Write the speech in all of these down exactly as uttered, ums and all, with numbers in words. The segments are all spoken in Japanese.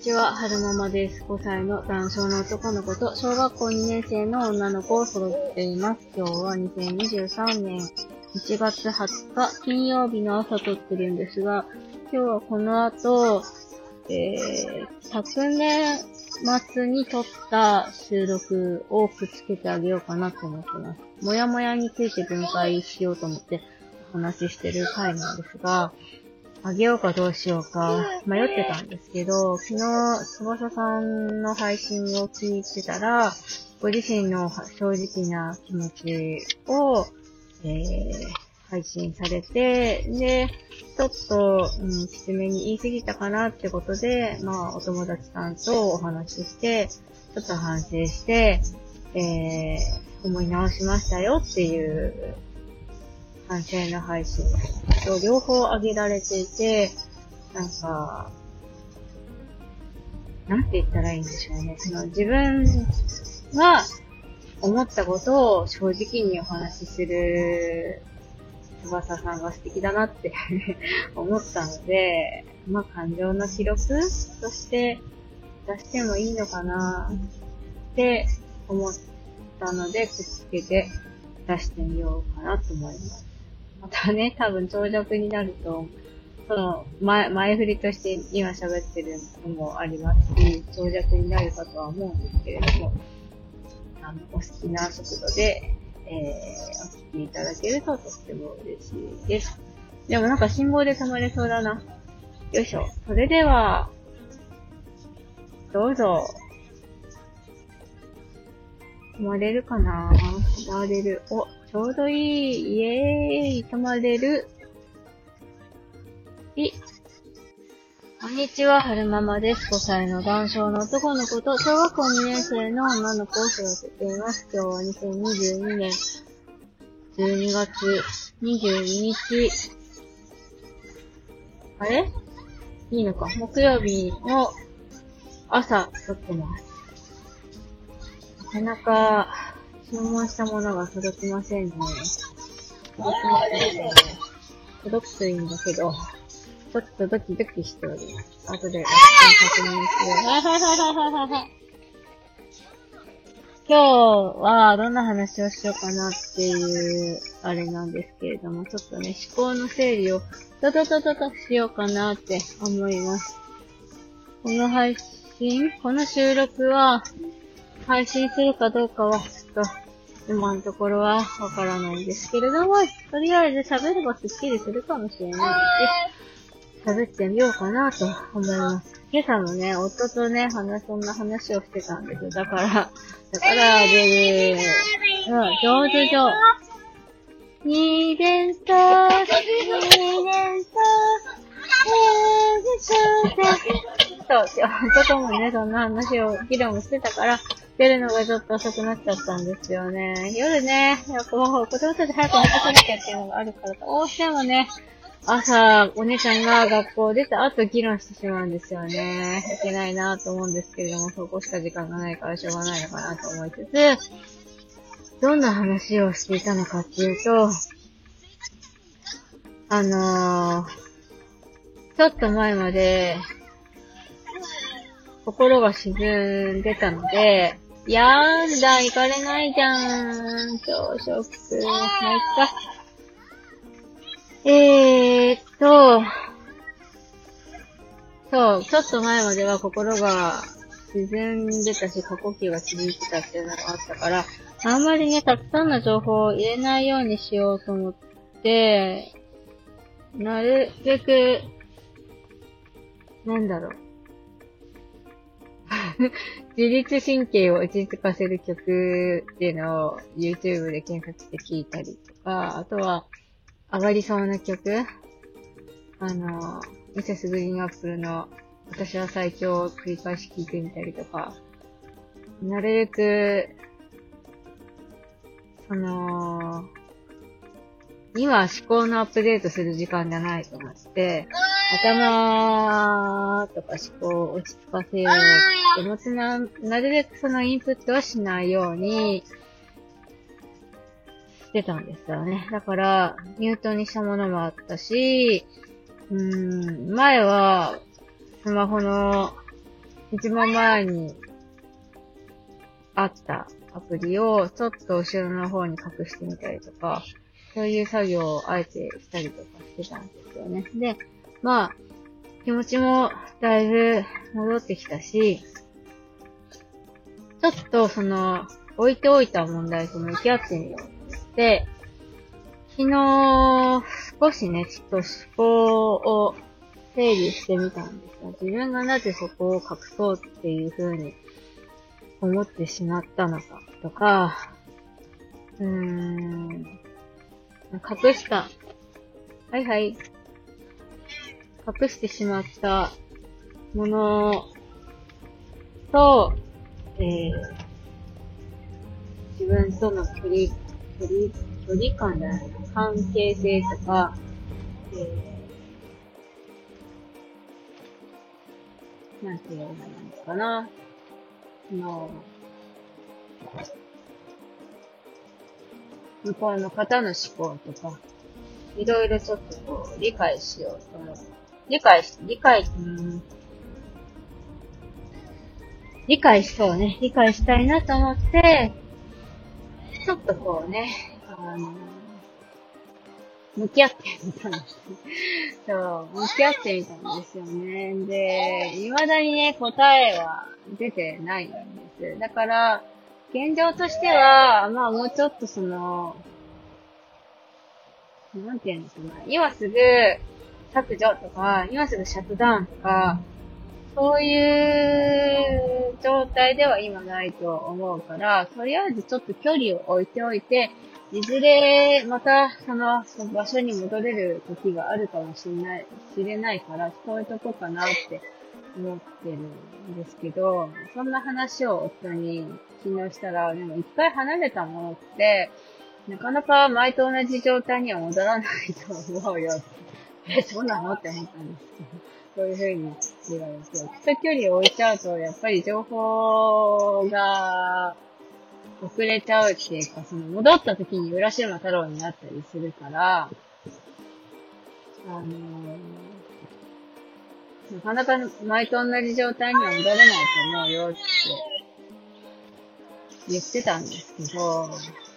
ちは、はるままです。ごさいの男性の男の子と小学校にねん生の女の子を育てています。今日はにせんにじゅうさんねんいちがつはつか金曜日の朝撮ってるんですが、今日はこの後、えー、昨年末に撮った収録をくっつけてあげようかなと思ってます。もやもやについて分解しようと思ってお話ししてる回なんですが、あげようかどうしようか迷ってたんですけど、昨日、翼さんの配信を聞いてたら、ご自身の正直な気持ちを、えー、配信されて、で、ちょっと、うん、きつめに言い過ぎたかなってことで、まあ、お友達さんとお話しして、ちょっと反省して、えー、思い直しましたよっていう、反省の配信と両方上げられていて、なんか、なんて言ったらいいんでしょうね。その自分が思ったことを正直にお話しする翼さんが素敵だなって思ったので、まあ感情の記録として出してもいいのかなって思ったので、くっつけて出してみようかなと思います。またね、多分長尺になると、その前、前振りとして今喋ってるのもありますし、長尺になるかとは思うんですけれども、あの、お好きな速度で、えー、お聞きいただけるととっても嬉しいです。でもなんか信号で止まれそうだな。よいしょ。それでは、どうぞ。止まれるかな？止まれる。お、ちょうどいい。イエーイ。止まれる。い。こんにちは、はるままです。ごさいの男性の男の子と小学校にねん生の女の子を育てています。今日はにせんにじゅうにねんじゅうにがつにじゅうににち。あれ？いいのか。木曜日の朝撮ってます。なかなか注文したものが届きませんね。届きませんね。届くといいんだけど、ちょっとドキドキしております。後で確認しよう。今日はどんな話をしようかなっていうあれなんですけれども、ちょっとね、思考の整理をドドドドドしようかなって思います。この配信、この収録は配信するかどうかはちょっと今のところはわからないんですけれども、とりあえず喋ればスッキリするかもしれないので、喋ってみようかなと思います。今朝もね、夫とね、話、そんな話をしてたんですよ。だから、だから出る。うん、上手上手。にでんと、にでんと、そう、夫ともね、そんな話を、議論をしてたから、出るのがちょっと遅くなっちゃったんですよね。夜ね、やっぱ子供たち早く寝かさなきゃっていうのがあるから、どうしてもね、朝、お姉ちゃんが学校出た後議論してしまうんですよね。いけないなと思うんですけれども、そこしか時間がないからしょうがないのかなと思いつつ、どんな話をしていたのかっていうと、あのー、ちょっと前まで、心が沈んでたので、やーんだ、行かれないじゃん。朝食。まいっか。えーっと、そう、ちょっと前までは心が沈んでたし、過呼吸が続いてたっていうのがあったから、あんまりね、たくさんの情報を入れないようにしようと思って、なるべく、なんだろう。自律神経を落ち着かせる曲っていうのを YouTube で検索して聴いたりとか、あとは上がりそうな曲、あの、ミセスグリーンアップルの私は最強を繰り返し聴いてみたりとか、なるべく、その、今思考のアップデートする時間じゃないと思って、頭とか思考を落ち着かせようって思ってな、なるべくそのインプットはしないようにしてたんですよね。だから、ミュートにしたものもあったし、うーん、前はスマホの一番前にあったアプリをちょっと後ろの方に隠してみたりとか、そういう作業をあえてしたりとかしてたんですよね。で、まあ、気持ちもだいぶ戻ってきたし、ちょっとその、置いておいた問題と向き合ってみようと思って、昨日、少しね、ちょっと思考を整理してみたんですが、自分がなぜそこを隠そうっていう風に思ってしまったのかとか、うーん、隠した、はいはい、隠してしまったものと、えー、自分との距離、距離、距離感じゃないな、関係性とか、えー、なんていうのかな、その、向こうの方の思考とか、いろいろちょっとこう、理解しようと思う。理解し、理解、うん、理解しそうね。理解したいなと思って、ちょっとこうね、あの、向き合ってみたんです。そう、向き合ってみたんですよね。で、未だにね、答えは出てないんです。だから、現状としては、まあもうちょっとその、なんて言うんですかね。今すぐ削除とか、今すぐシャットダウンとか、そういう状態では今ないと思うから、とりあえずちょっと距離を置いておいて、いずれまたその場所に戻れる時があるかもしれない、知れないから、そういうとこかなって思ってるんですけど、そんな話を夫に昨日したら、でも一回離れたものって、なかなか前と同じ状態には戻らないと思うよって。え、そうなのって思ったんですけど。そういう風に言われて。ちょっと距離を置いちゃうと、やっぱり情報が遅れちゃうっていうか、その戻った時に浦島太郎になったりするから、あのー、なかなか前と同じ状態には戻れないと思うよって言ってたんですけど、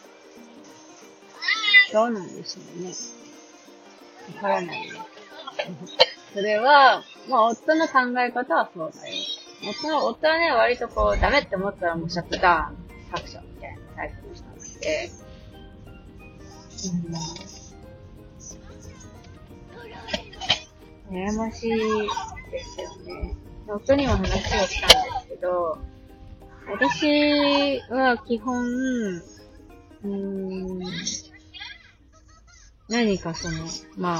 どうなんでしょうね。わからないね。それは、まあ、夫の考え方はそうだよ。夫の、夫はね、割とこう、ダメって思ったらもうシャットダウン、削除みたいなタイプの人なので、うん、悩ましいですよね。夫にも話をしたんですけど、私は基本、うーん、何かその、まあ、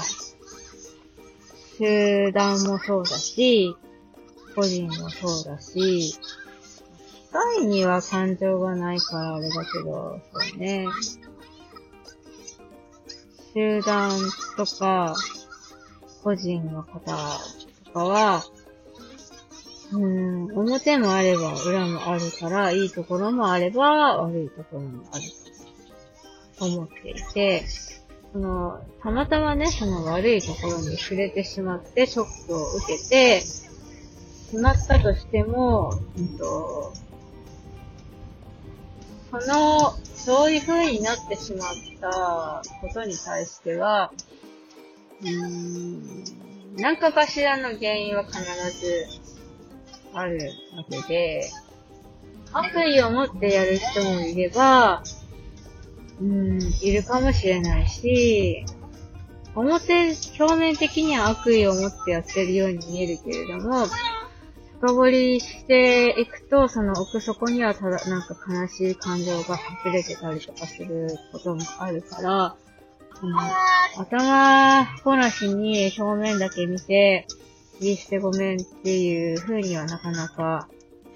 集団もそうだし、個人もそうだし、機械には感情がないからあれだけど、そうね。集団とか、個人の方とかは、うーん、表もあれば裏もあるから、いいところもあれば悪いところもあると思っていて、その、たまたまね、その悪いところに触れてしまって、ショックを受けてしまったとしても、うんと、その、そういう風になってしまったことに対しては、うーん、何かかしらの原因は必ずあるわけで、悪意を持ってやる人もいれば、うん、いるかもしれないし、表、表面的には悪意を持ってやってるように見えるけれども、深掘りしていくと、その奥底にはただ、なんか悲しい感情が隠れてたりとかすることもあるから、その頭こなしに表面だけ見て、言い捨てごめんっていう風にはなかなか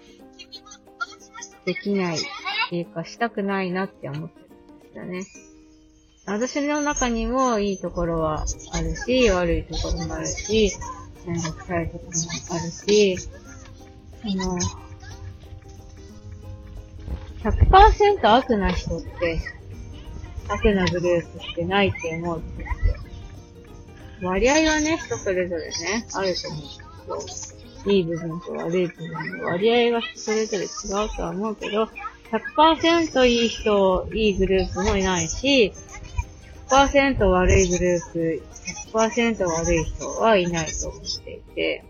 できないっていうか、したくないなって思ってるんですよね。私の中にもいいところはあるし、悪いところもあるし、めんどくさいところもあるし、あの、ひゃくパーセント 悪な人って、悪なグループってないって思うんですよ。割合はね、人それぞれね、あると思うんですよ。 いい部分と悪い部分の割合がそれぞれ違うとは思うけど、ひゃくパーセント いい人、いいグループもいないし、ひゃくパーセント 悪いグループ、ひゃくパーセント 悪い人はいないと思っていて。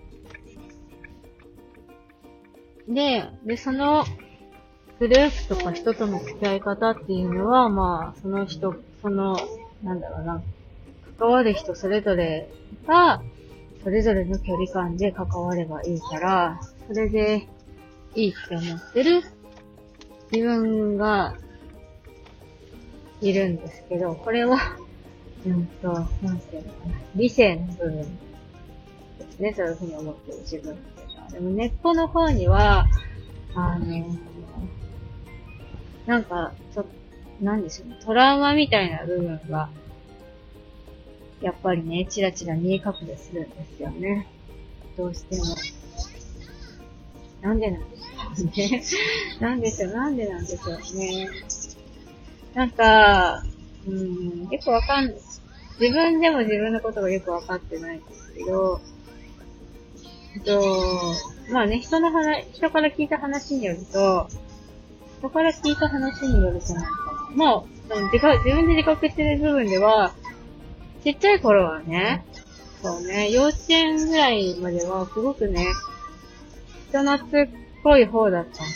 で、で、その、グループとか人との付き合い方っていうのは、まあ、その人、その、なんだろうな、関わる人それぞれが、それぞれの距離感で関わればいいから、それでいいって思ってる自分がいるんですけど、これは、うんと、なんていうのかな、理性の部分ですね、そういうふうに思ってる自分っていうのは。でも根っこの方には、あの、なんか、ちょっと、なんでしょうね、トラウマみたいな部分が、やっぱりね、チラチラ見え隠れするんですよね。どうしても。なんでなんでしょうね。なんでしょう、なんでなんでしょうね。なんか、うーん、よくわかん、自分でも自分のことがよくわかってないんですけど、えっと、まあね、人の話、人から聞いた話によると、人から聞いた話によるとなんか、まあ、自覚、自分で自覚してる部分では、ちっちゃい頃はね、そうね、幼稚園ぐらいまではすごくね、人懐っこい方だったんです。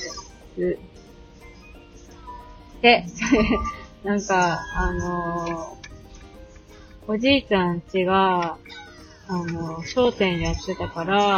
で、なんか、あのー、おじいちゃん家が、あのー、商店やってたから、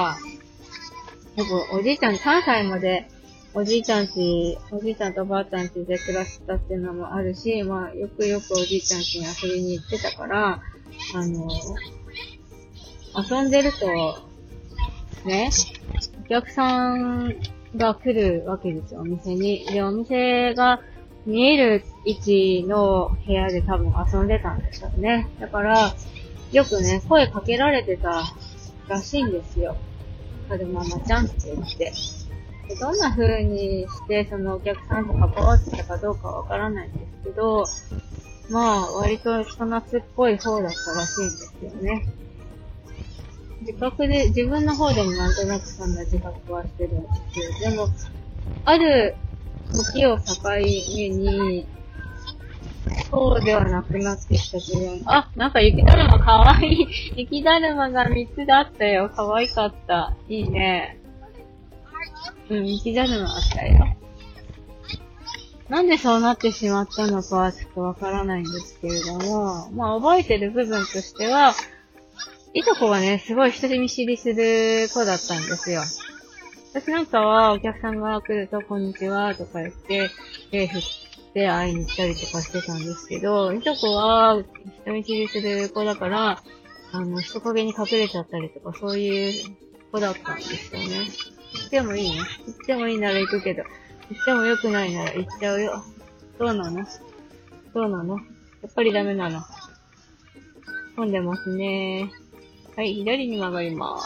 おじいちゃんさんさいまで、おじいちゃん家、おじいちゃんとおばあちゃん家で暮らしたっていうのもあるし、まあ、よくよくおじいちゃん家に遊びに行ってたから、あの、遊んでると、ね、お客さんが来るわけですよ、お店に。で、お店が見える位置の部屋で多分遊んでたんでしょうね。だから、よくね、声かけられてたらしいんですよ。カルママちゃんって言って。でどんな風にして、そのお客さんと関わってたかどうかわからないんですけど、まあ、割と人懐っこい方だったらしいんですよね。自覚で、自分の方でもなんとなくそんな自覚はしてるんですよ。でも、ある時を境目に、そうではなくなってきた自分。あ、なんか雪だるまかわいい。雪だるまがみっつだったよ。かわいかった。いいね。うん、雪だるまあったよ。なんでそうなってしまったのかはちょっとわからないんですけれども、まあ覚えてる部分としては、いとこがね、すごい人見知りする子だったんですよ。私なんかはお客さんが来ると、こんにちはとか言って、手振って会いに行ったりとかしてたんですけど、いとこは人見知りする子だから、あの、人影に隠れちゃったりとか、そういう子だったんですよね。行ってもいいね。行ってもいいなら行くけど、行っても良くないなら行っちゃうよ。どうなのどうなのやっぱりダメなの混んでますね。はい、左に曲がります。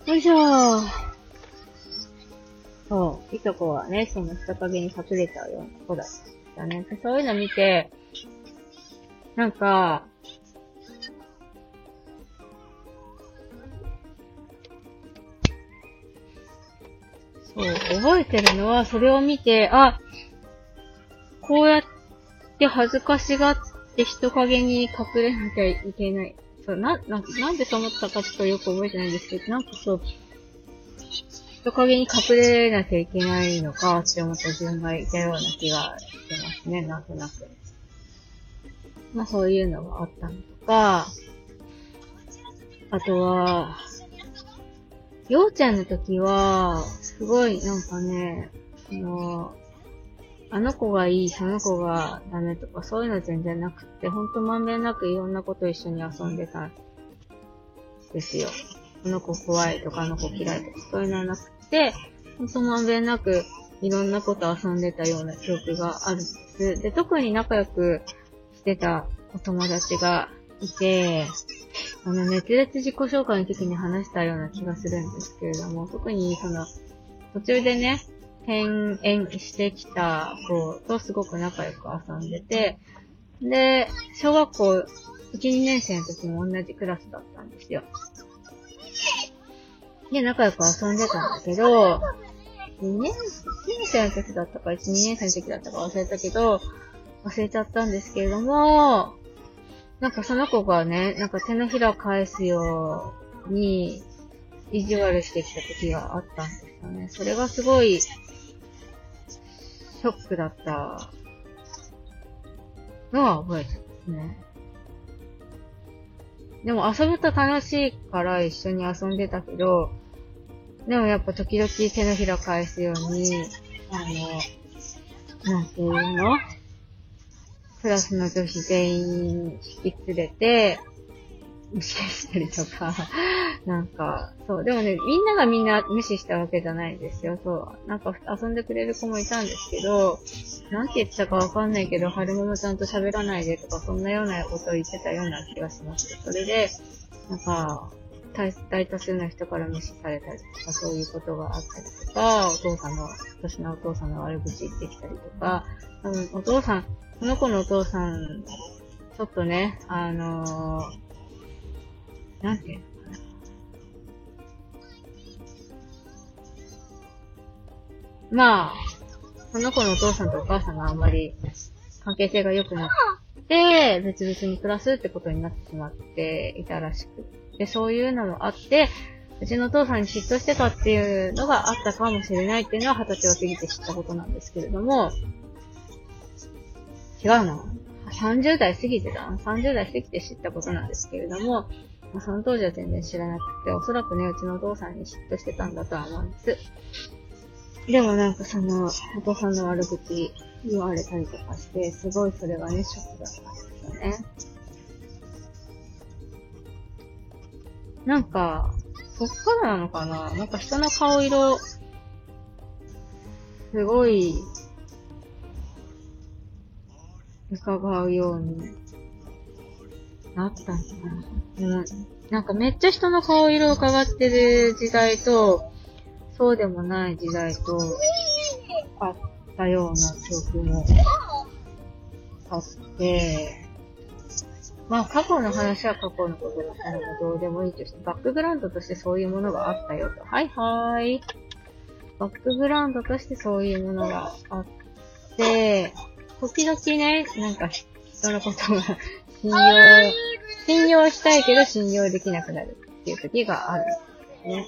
よいしょー。そう、いとこはね、その人影に隠れちゃうような子だったんですよね。そういうの見て、なんか、そう、覚えてるのは、それを見て、あ、こうやって恥ずかしがって人影に隠れなきゃいけない。そう、な、な、なんでそう思ったかちょっとよく覚えてないんですけど、なんかそう、人影に隠れなきゃいけないのかって思った自分がいたような気がしてますね、なんとなく。まあそういうのがあったのとか、あとは、幼稚園の時は、すごいなんかね、あの、あの子がいい、その子がダメとかそういうの全然なくって、ほんとまんべんなくいろんな子と一緒に遊んでたんですよ。あの子怖いとかあの子嫌いとかそういうのはなくて、ほんとまんべんなくいろんな子と遊んでたような記憶があるんです。で、特に仲良くしてたお友達がいて、あの、熱烈自己紹介の時に話したような気がするんですけれども、特にその、途中でね、転園してきた子とすごく仲良く遊んでて、で、小学校いち、にねん生の時も同じクラスだったんですよ。 で、仲良く遊んでたんだけど、にねん生の時だったか、いち、にねん生の時だったか忘れたけど、忘れちゃったんですけれども、なんかその子がね、なんか手のひら返すように、意地悪してきた時があったんですよね。それがすごい、ショックだったのは覚えてますね。でも遊ぶと楽しいから一緒に遊んでたけど、でもやっぱ時々手のひら返すように、あの、なんていうの？クラスの女子全員引き連れて、無視したりとか、なんか、そう、でもね、みんながみんな無視したわけじゃないんですよ。そう、なんか遊んでくれる子もいたんですけど、なんて言ってたかわかんないけど、春物ちゃんと喋らないでとか、そんなようなことを言ってたような気がします。それで、なんか、大, 大多数の人から無視されたりとか、そういうことがあったりとか、お父さんの、私のお父さんの悪口言ってきたりとか、多分お父さん、この子のお父さん、ちょっとね、あのー、なんていうのかな。まあ、この子のお父さんとお母さんがあんまり関係性が良くなくて、別々に暮らすってことになってしまっていたらしくて、そういうのもあって、うちのお父さんに嫉妬してたっていうのがあったかもしれないっていうのは二十歳を過ぎて知ったことなんですけれども、違うな。さんじゅう代過ぎてたな。さんじゅう代過ぎて知ったことなんですけれども、まあ、その当時は全然知らなくて、おそらくね、うちのお父さんに嫉妬してたんだとは思うんです。でもなんかその、お父さんの悪口言われたりとかして、すごいそれがね、ショックだったんですよね。なんか、そっからなのかな？なんか人の顔色、すごい、伺うようになったんだな。でも、なんかめっちゃ人の顔色を伺ってる時代と、そうでもない時代と、あったような記憶もあって、まあ過去の話は過去のことだったのでどうでもいいとして、バックグラウンドとしてそういうものがあったよと。はいはーい。バックグラウンドとしてそういうものがあって、時々ね、なんか人のことが信用、信用したいけど信用できなくなるっていう時があるんですよね。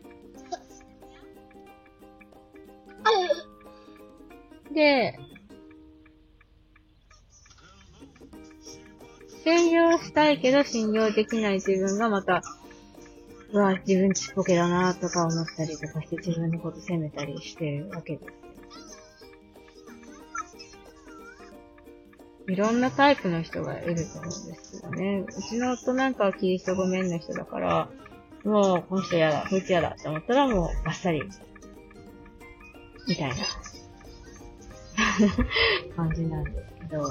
で、信用したいけど信用できない自分がまた、うわ、自分ちっぽけだなとか思ったりとかして自分のこと責めたりしてるわけです。いろんなタイプの人がいると思うんですけどね。うちの夫なんかはキリストごめんの人だから、もうこの人嫌だ、こいつ嫌だって思ったらもうバッサリ、みたいな感じなんですけど、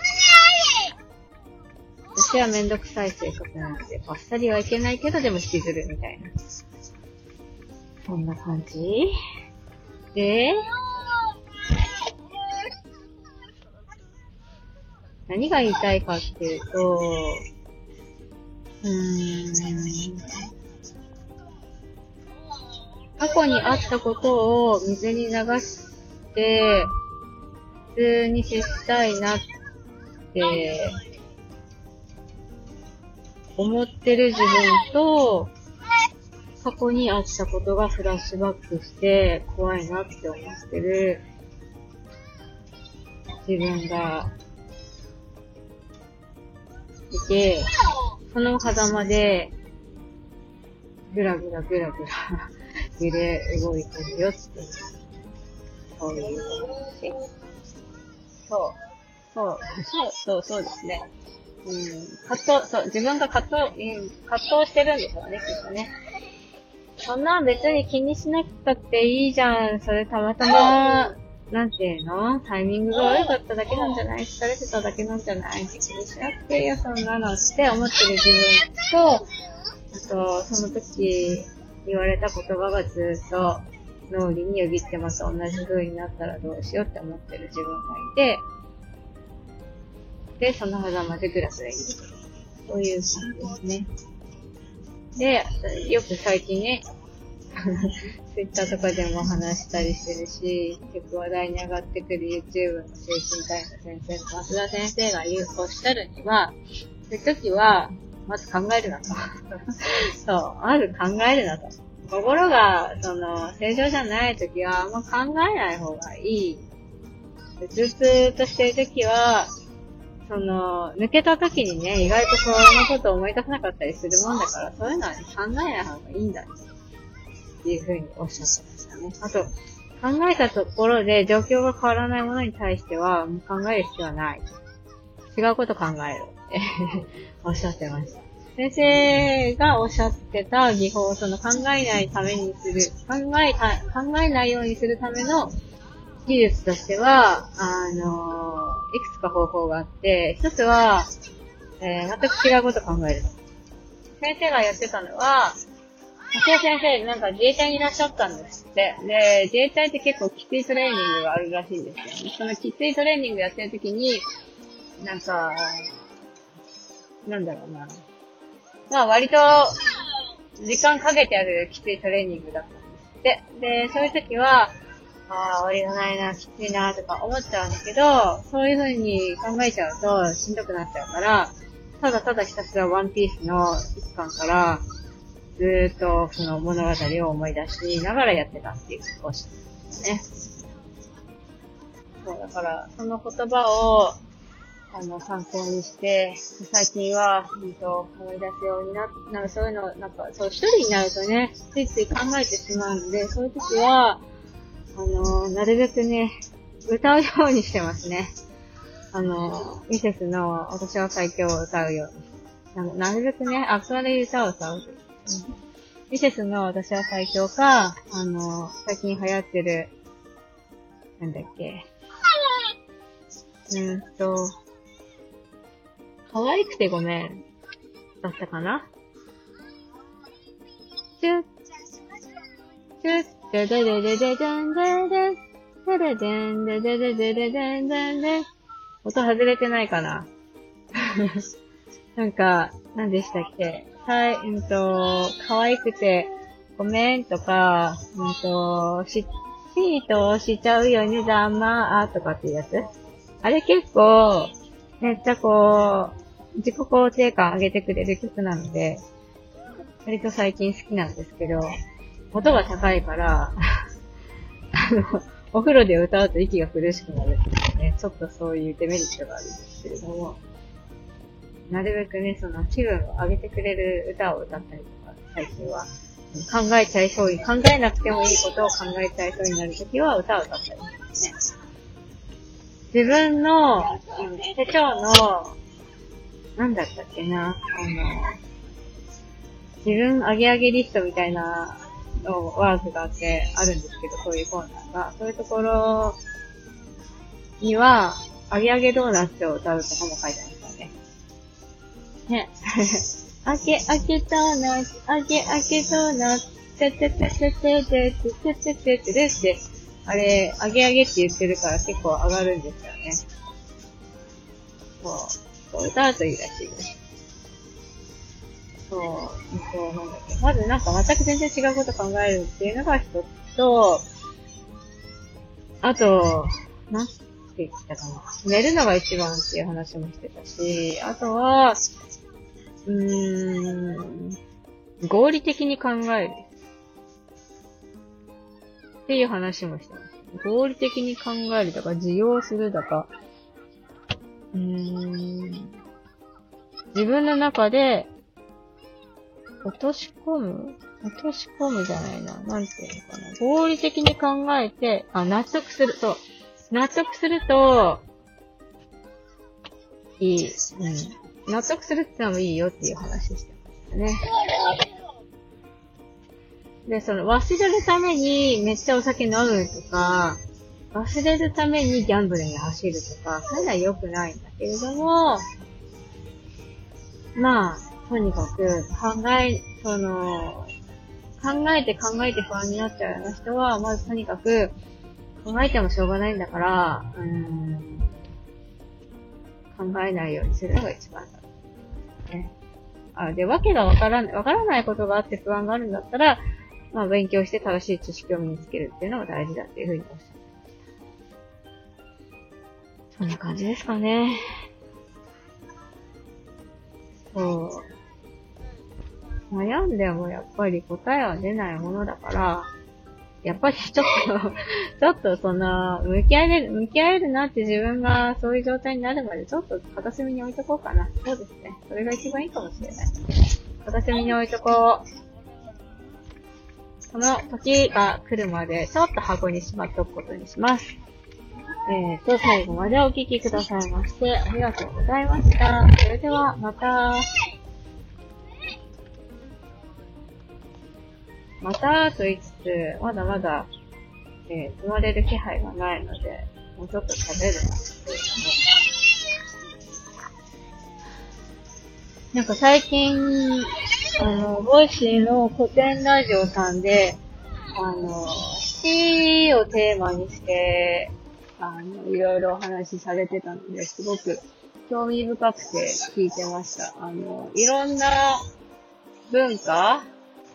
私はめんどくさい性格なので、バッサリはいけないけどでも引きずるみたいな。そんな感じで、何が言いたいかっていうと、うーん、過去にあったことを水に流して、普通に接したいなって思ってる自分と、過去にあったことがフラッシュバックして怖いなって思ってる自分がいて、その狭間でぐらぐらぐらぐら揺れ動いてるよって、そういう話。そう。そう。そう、そう、そうですね。うん。葛藤、そう、自分が葛藤、うん、葛藤してるんでしょうね、きっとね。そんなん別に気にしなくたっていいじゃん。それたまたま、なんていうの？タイミングが悪かっただけなんじゃない？疲れてただけなんじゃない？気にしなくていいよ、そんなのって思ってる自分と、あと、その時言われた言葉がずっと脳裏によぎってまた同じ風になったらどうしようって思ってる自分がいて、で、その狭間でグラグラいる。そういう感じですね。で、よく最近ね、 ツイッターとかでも話したりしてるし、結構話題に上がってくる YouTube の精神科医の先生の松田先生が言う、おっしゃるには、そういう時は、まず考えるなと。そう、まず考えるなと。心が、その、正常じゃない時は、あんま考えない方がいい。頭痛としてる時は、その、抜けた時にね、意外とそのことを思い出さなかったりするもんだから、そういうのは、ね、考えない方がいいんだ。っていうふうにおっしゃってましたね。あと、考えたところで状況が変わらないものに対しては、もう考える必要はない。違うこと考えるっておっしゃってました。先生がおっしゃってた技法、その考えないためにする、考えた、考えないようにするための技術としては、あのー、いくつか方法があって、一つは、えー、全く違うこと考える。先生がやってたのは、松田先生、なんか自衛隊にいらっしゃったんですって。で、自衛隊って結構きついトレーニングがあるらしいんですよね。そのきついトレーニングやってる時に、なんか、なんだろうな。まあ割と、時間かけてやるきついトレーニングだったんですって。で、そういう時は、ああ、終わりがないな、きついな、とか思っちゃうんだけど、そういう風に考えちゃうとしんどくなっちゃうから、ただただひたすらワンピースの一巻から、ずーっとその物語を思い出しながらやってたっていうことをしてますね。そう、だから、その言葉を、あの、参考にして、最近は、本当思い出すようになっなんかそういうの、なんか、そう、一人になるとね、ついつい考えてしまうので、そういう時は、あの、なるべくね、歌うようにしてますね。あの、ミセスの私は最強を歌うように。なるべくね、明るい歌を歌うという。ミセスの私は最強か、あの、最近流行ってる、なんだっけ。うーんと、可愛くてごめん。だったかな？チュッ、チュッ、デデデデデデンデデ、デデデンデデデデデデンデンデ。音外れてないかな？なんか、何でしたっけ？はい、うんと、可愛くて、ごめんとか、うんと、し、シートしちゃうよね、ざまーとかっていうやつ。あれ結構、めっちゃこう、自己肯定感上げてくれる曲なので、割と最近好きなんですけど、音が高いから、あの、お風呂で歌うと息が苦しくなるっていうね、ちょっとそういうデメリットがあるんですけれども、なるべくね、その気分を上げてくれる歌を歌ったりとか、最近は考えちゃいそうに、考えなくてもいいことを考えちゃいそうになるときは歌を歌ったりとかね。自分の、うん、手帳の、なんだったっけな、あの、自分上げ上げリストみたいなのワークがあって、あるんですけど、そういうコーナーが。そういうところには、上げ上げドーナツを歌うとかも書いてある。ね。あげあげドーナツ、あげあげドーナツ、ててててててててててててって、あれ、あげあげって言ってるから結構上がるんですよね。そう、そう歌うといいらしいです。そう、そう、なんだっけ。まずなんか全く全然違うこと考えるっていうのが一つと、あと、なんて言ったかな。寝るのが一番っていう話もしてたし、あとは、うーん、合理的に考える。っていう話もしてます。合理的に考えるだか、自用するだか、うーん、自分の中で、落とし込む落とし込むじゃないな。なんていうのかな。合理的に考えて、あ、納得すると、納得すると、いい。うん。納得するってのもいいよっていう話してましたね。で、その忘れるためにめっちゃお酒飲むとか、忘れるためにギャンブルに走るとか、そういうのは良くないんだけれども、まあ、とにかく考え、その、考えて考えて不安になっちゃうような人は、まずとにかく考えてもしょうがないんだから、うーん、考えないようにするのが一番だ。ね。あ、で、わけがわからない、わからないことがあって不安があるんだったら、 まあ勉強して正しい知識を身につけるっていうのが大事だっていうふうにおっしゃって。そんな感じですかね。そう。悩んでもやっぱり答えは出ないものだから、やっぱりちょっと、ちょっとその、向き合える、向き合えるなって自分がそういう状態になるまでちょっと片隅に置いとこうかな。そうですね。それが一番いいかもしれない。片隅に置いとこう。その時が来るまでちょっと箱にしまっとくことにします。えーと、最後までお聞きくださいましてありがとうございました。それではまた。またと言いつつ、まだまだ、えー、生まれる気配がないので、もうちょっと喋るんですけれども。なんか最近、あの、ボイシーの古典ラジオさんで、あの、死をテーマにして、あの、いろいろお話しされてたので、すごく興味深くて聞いてました。あの、いろんな文化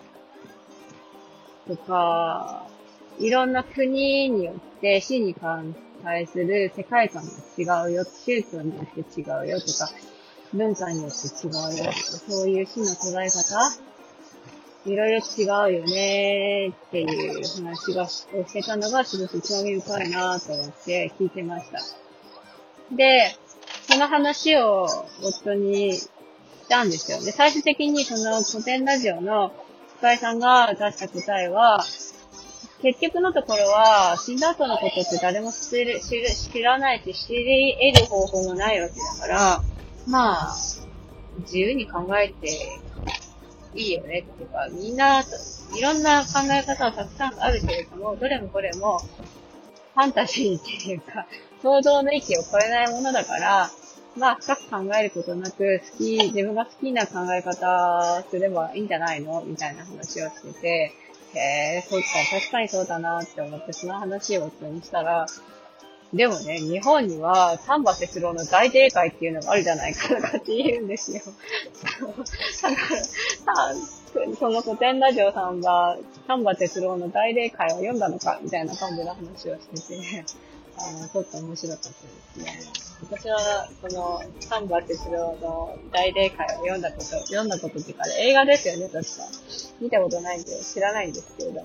とか、いろんな国によって死に関する世界観が違うよ、宗教によって違うよとか、文化によって違うよとか、そういう死の捉え方、いろいろ違うよねーっていう話が、をしてたのがすごく興味深いなと思って聞いてました。で、その話を夫にしたんですよ。で、最終的にその古典ラジオの深井さんが出した答えは、結局のところは、死んだ後のことって誰も知る、知る、知らないし、知り得る方法もないわけだから、まあ、自由に考えていいよねっていうか、みんな、いろんな考え方はたくさんあるけれども、どれもこれも、ファンタジーっていうか、想像の域を超えないものだから、まあ、深く考えることなく、好き、自分が好きな考え方すればいいんじゃないのみたいな話をしてて、へぇ、そうか、確かにそうだなって思って、その話を夫にしたら、でもね、日本には丹波哲郎の大霊会っていうのがあるじゃないかとかって言うんですよ。だから、その古典ラジオさんが丹波哲郎の大霊会を読んだのかみたいな感じの話をしてて、あの、ちょっと面白かったですね。私は、その、丹波哲郎の大霊会を読んだこと、読んだことっていうか、映画ですよね、確か。見たことないんで、知らないんですけれども。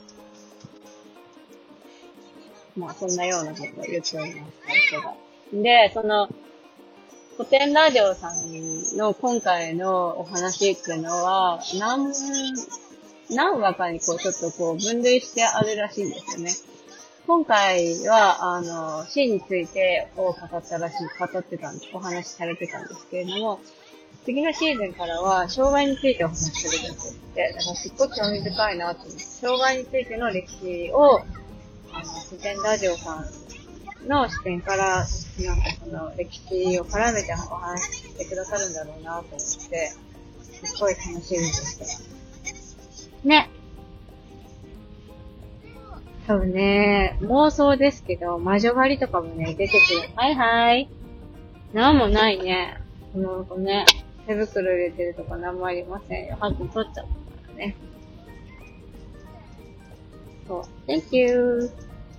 まあ、そんなようなことを言っておりました人が。で、その、古典ラジオさんの今回のお話っていうのは、何、何話かにこう、ちょっとこう、分類してあるらしいんですよね。今回は、あの、死についてを語ったらしい、語ってたんです、お話しされてたんですけれども、次のシーズンからは、障害についてお話しされるんですって、だからすっごく興味深いなと思って、障害についての歴史を、あの、古典ラジオさんの視点から、なんかその、歴史を絡めてお話ししてくださるんだろうなと思って、すっごい楽しみにしてます。ね。多分ね、妄想ですけど、魔女狩りとかもね、出てくる。はいはい。なんもないね。この子ね、手袋入れてるとかなんもありませんよ。ハグ取っちゃったからね。そう。Thank you.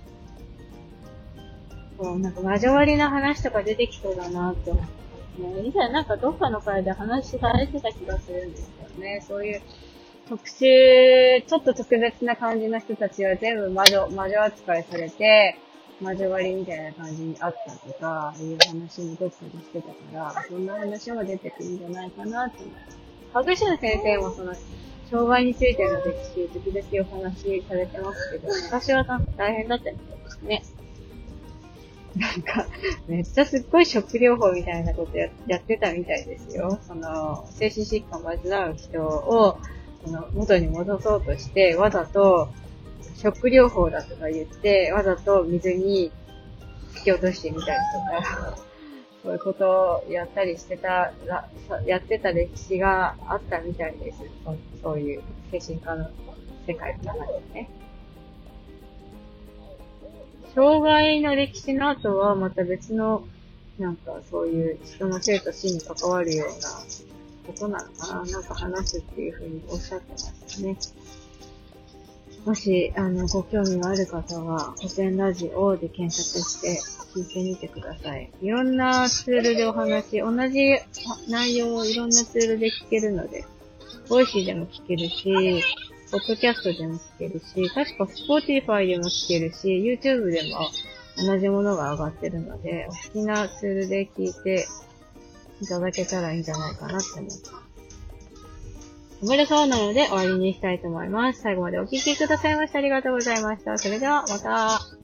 そう、なんか魔女狩りの話とか出てきそうだなって思ってね。以前なんかどっかの回で話されてた気がするんですよね。そういう特殊、ちょっと特別な感じの人たちは全部魔女、魔女扱いされて、魔女狩りみたいな感じにあったとか、いう話もどっかでしてたから、そんな話も出てくるんじゃないかなって思います。白石の先生もその、障害についての歴史、時々お話しされてますけど、昔はなんか大変だったみたいですね。なんか、めっちゃすっごい食療法みたいなことや、やってたみたいですよ。その、精神疾患を患う人を、その、元に戻そうとして、わざと、食療法だとか言って、わざと水に突き落としてみたりとか、そういうことをやったりしてた、やってた歴史があったみたいです。そ, そういう精神科の世界の中でね。障害の歴史の後はまた別の、なんかそういう人の生と死に関わるようなことなのかな、なんか話すっていうふうにおっしゃってましたね。 もし、あの、ご興味がある方は、古典ラジオで検索して聞いてみてください。いろんなツールでお話、同じ内容をいろんなツールで聞けるので、ボイシーでも聞けるし、ポッドキャストでも聞けるし、確か Spotify でも聞けるし、YouTube でも同じものが上がってるので、お好きなツールで聞いていただけたらいいんじゃないかなって思います。これそうなので終わりにしたいと思います。最後までお聞きくださいましてありがとうございました。それではまた。